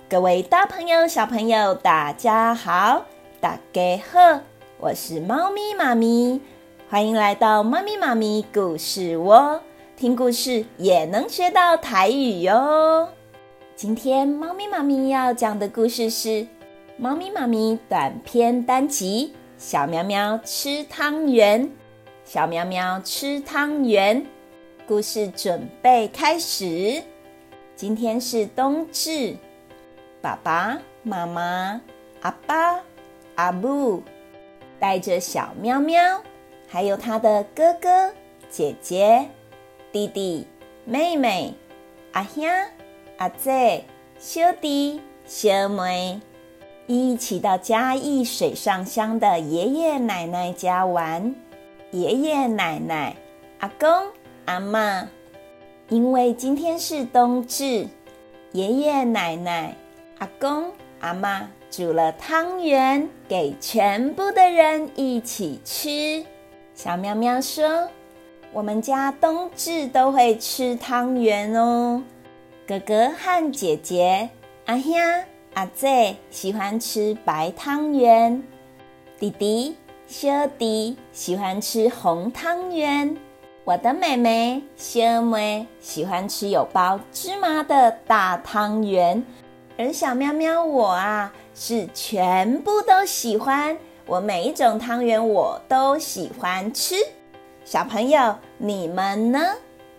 各位大朋友小朋友大家好，大家好，我是猫咪妈咪，欢迎来到猫咪妈咪故事窝，听故事也能学到台语哟。今天猫咪妈咪要讲的故事是猫咪妈咪短篇单集小喵喵吃汤圆。小喵喵吃汤圆，故事准备开始。今天是冬至，爸爸妈妈阿爸阿母带着小喵喵还有他的哥哥姐姐弟弟妹妹阿兄阿姐小弟小妹一起到嘉义水上乡的爷爷奶奶家玩。爷爷奶奶阿公阿嬷，因为今天是冬至，爷爷奶奶阿公阿嬷煮了汤圆给全部的人一起吃。小喵喵说，我们家冬至都会吃汤圆哦。哥哥和姐姐阿兄阿姐喜欢吃白汤圆，弟弟小弟喜欢吃红汤圆，我的妹妹小妹喜欢吃有包芝麻的大汤圆，而小喵喵我是全部都喜欢，我每一种汤圆我都喜欢吃。小朋友你们呢？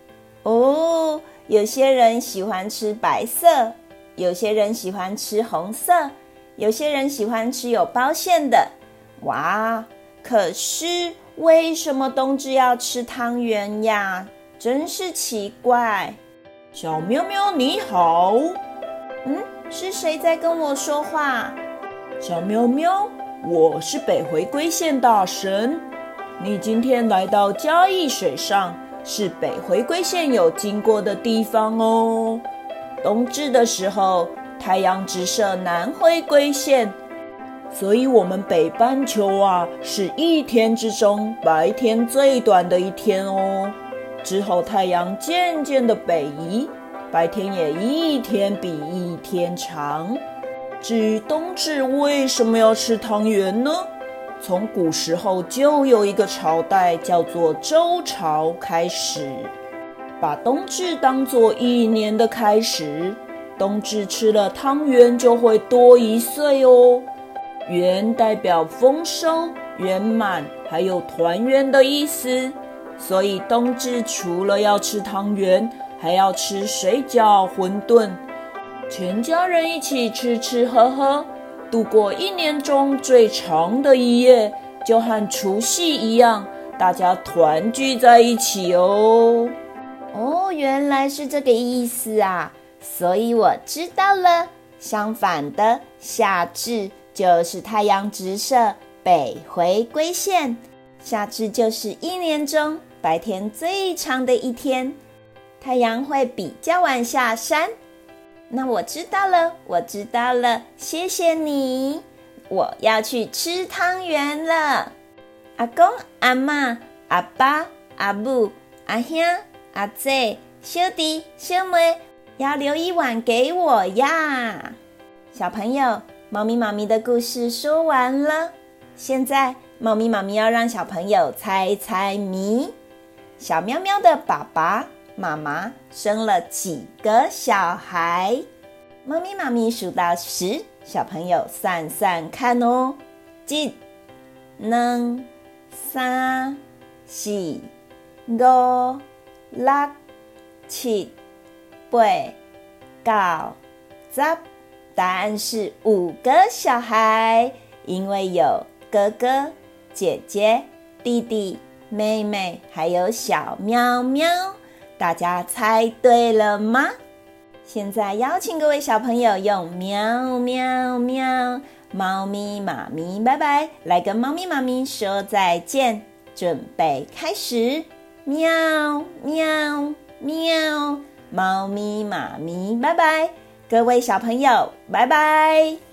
有些人喜欢吃白色，有些人喜欢吃红色，有些人喜欢吃有包馅的。哇，可是为什么冬至要吃汤圆呀？真是奇怪。 小喵喵你好。 是谁在跟我说话？ 小喵喵，我是北回归线大神。你今天来到嘉义水上，是北回归线有经过的地方哦。冬至的时候，太阳直射南回归线，所以我们北半球是一天之中白天最短的一天哦。之后太阳渐渐的北移，白天也一天比一天长。至于冬至为什么要吃汤圆呢？从古时候就有一个朝代叫做周朝开始，把冬至当作一年的开始。冬至吃了汤圆就会多1岁哦。圆代表丰收、圆满，还有团圆的意思。所以冬至除了要吃汤圆，还要吃水饺、馄饨，全家人一起吃吃喝喝，度过一年中最长的一夜，就和除夕一样，大家团聚在一起哦。 原来是这个意思啊，所以我知道了。相反的，夏至就是太阳直射北回归线，夏至就是一年中白天最长的一天，太阳会比较晚下山。那我知道了，谢谢你，我要去吃汤圆了。阿公阿嬷阿爸阿母阿兄阿姐小弟小妹要留一碗给我呀。小朋友，猫咪妈咪的故事说完了，现在猫咪妈咪要让小朋友猜猜谜。小喵喵的爸爸妈妈生了几个小孩？猫咪妈咪数到10，小朋友算算看哦。1、2、3、4、5、6、7、8、9、10。答案是5个小孩，因为有哥哥、姐姐、弟弟、妹妹，还有小喵喵。大家猜对了吗？现在邀请各位小朋友用喵喵喵，猫咪妈咪拜拜，来跟猫咪妈咪说再见。准备开始，喵喵喵，猫咪妈咪拜拜，各位小朋友拜拜。